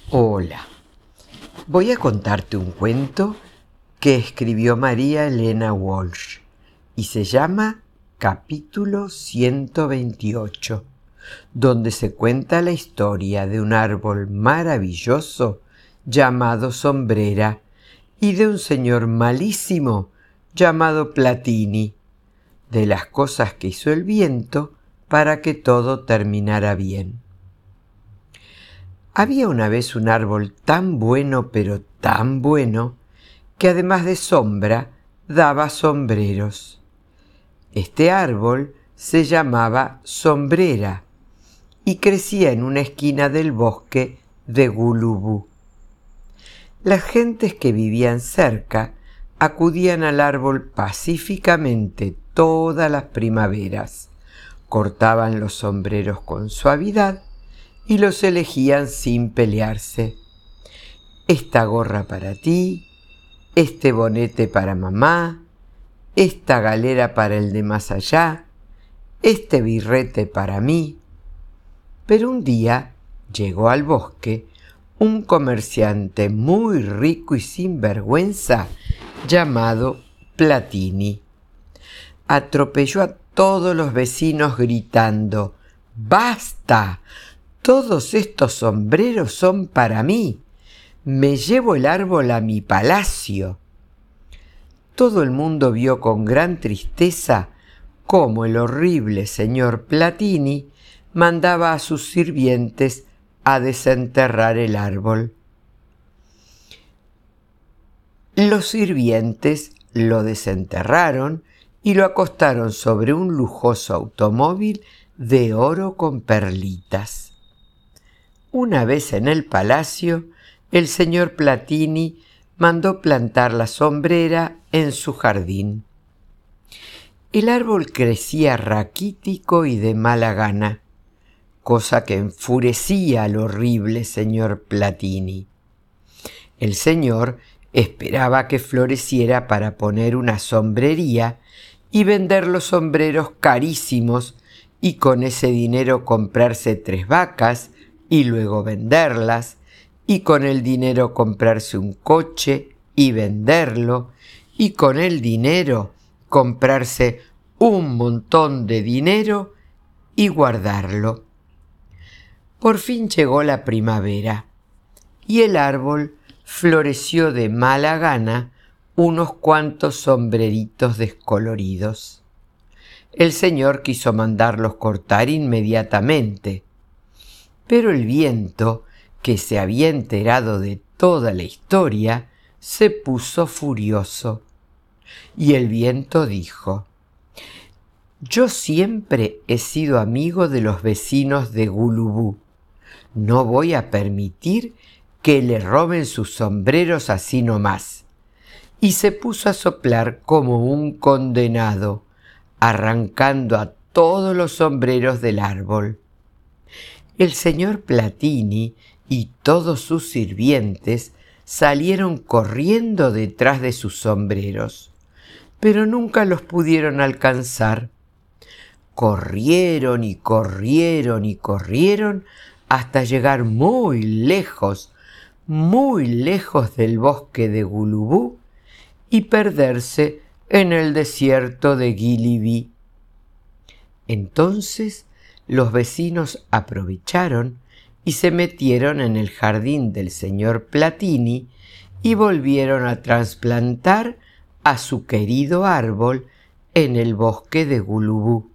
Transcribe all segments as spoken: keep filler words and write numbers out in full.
Hola, voy a contarte un cuento que escribió María Elena Walsh y se llama Capítulo ciento veintiocho, donde se cuenta la historia de un árbol maravilloso llamado sombrera y de un señor malísimo llamado Platini, de las cosas que hizo el viento para que todo terminara bien. Había una vez un árbol tan bueno, pero tan bueno, que además de sombra, daba sombreros. Este árbol se llamaba sombrera y crecía en una esquina del bosque de Gulubú. Las gentes que vivían cerca acudían al árbol pacíficamente todas las primaveras, cortaban los sombreros con suavidad y los elegían sin pelearse. Esta gorra para ti, este bonete para mamá, esta galera para el de más allá, este birrete para mí. Pero un día llegó al bosque un comerciante muy rico y sinvergüenza llamado Platini. Atropelló a todos los vecinos gritando: ¡Basta! Todos estos sombreros son para mí. Me llevo el árbol a mi palacio. Todo el mundo vio con gran tristeza cómo el horrible señor Platini mandaba a sus sirvientes a desenterrar el árbol. Los sirvientes lo desenterraron y lo acostaron sobre un lujoso automóvil de oro con perlitas. Una vez en el palacio, el señor Platini mandó plantar la sombrera en su jardín. El árbol crecía raquítico y de mala gana, cosa que enfurecía al horrible señor Platini. El señor esperaba que floreciera para poner una sombrería y vender los sombreros carísimos y con ese dinero comprarse tres vacas y luego venderlas, y con el dinero comprarse un coche y venderlo, y con el dinero comprarse un montón de dinero y guardarlo. Por fin llegó la primavera y el árbol floreció de mala gana unos cuantos sombreritos descoloridos. El señor quiso mandarlos cortar inmediatamente, pero el viento, que se había enterado de toda la historia, se puso furioso. Y el viento dijo: «Yo siempre he sido amigo de los vecinos de Gulubú. No voy a permitir que le roben sus sombreros así nomás». Y se puso a soplar como un condenado, arrancando a todos los sombreros del árbol. El señor Platini y todos sus sirvientes salieron corriendo detrás de sus sombreros, pero nunca los pudieron alcanzar. Corrieron y corrieron y corrieron hasta llegar muy lejos, muy lejos del bosque de Gulubú y perderse en el desierto de Gilibí. Entonces los vecinos aprovecharon y se metieron en el jardín del señor Platini y volvieron a trasplantar a su querido árbol en el bosque de Gulubú.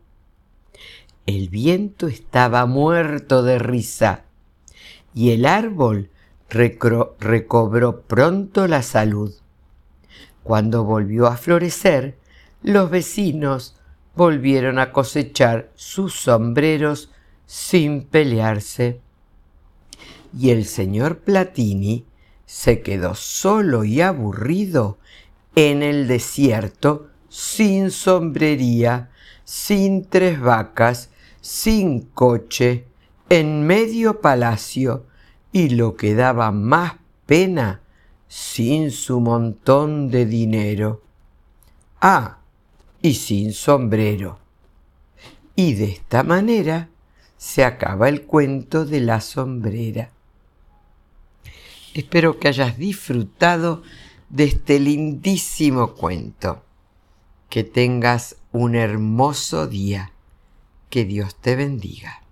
El viento estaba muerto de risa y el árbol recro- recobró pronto la salud. Cuando volvió a florecer, los vecinos volvieron a cosechar sus sombreros sin pelearse. Y el señor Platini se quedó solo y aburrido en el desierto, sin sombrería, sin tres vacas, sin coche, en medio palacio, y lo que daba más pena, sin su montón de dinero. Ah, y sin sombrero. Y de esta manera se acaba el cuento de la sombrera. Espero que hayas disfrutado de este lindísimo cuento. Que tengas un hermoso día. Que Dios te bendiga.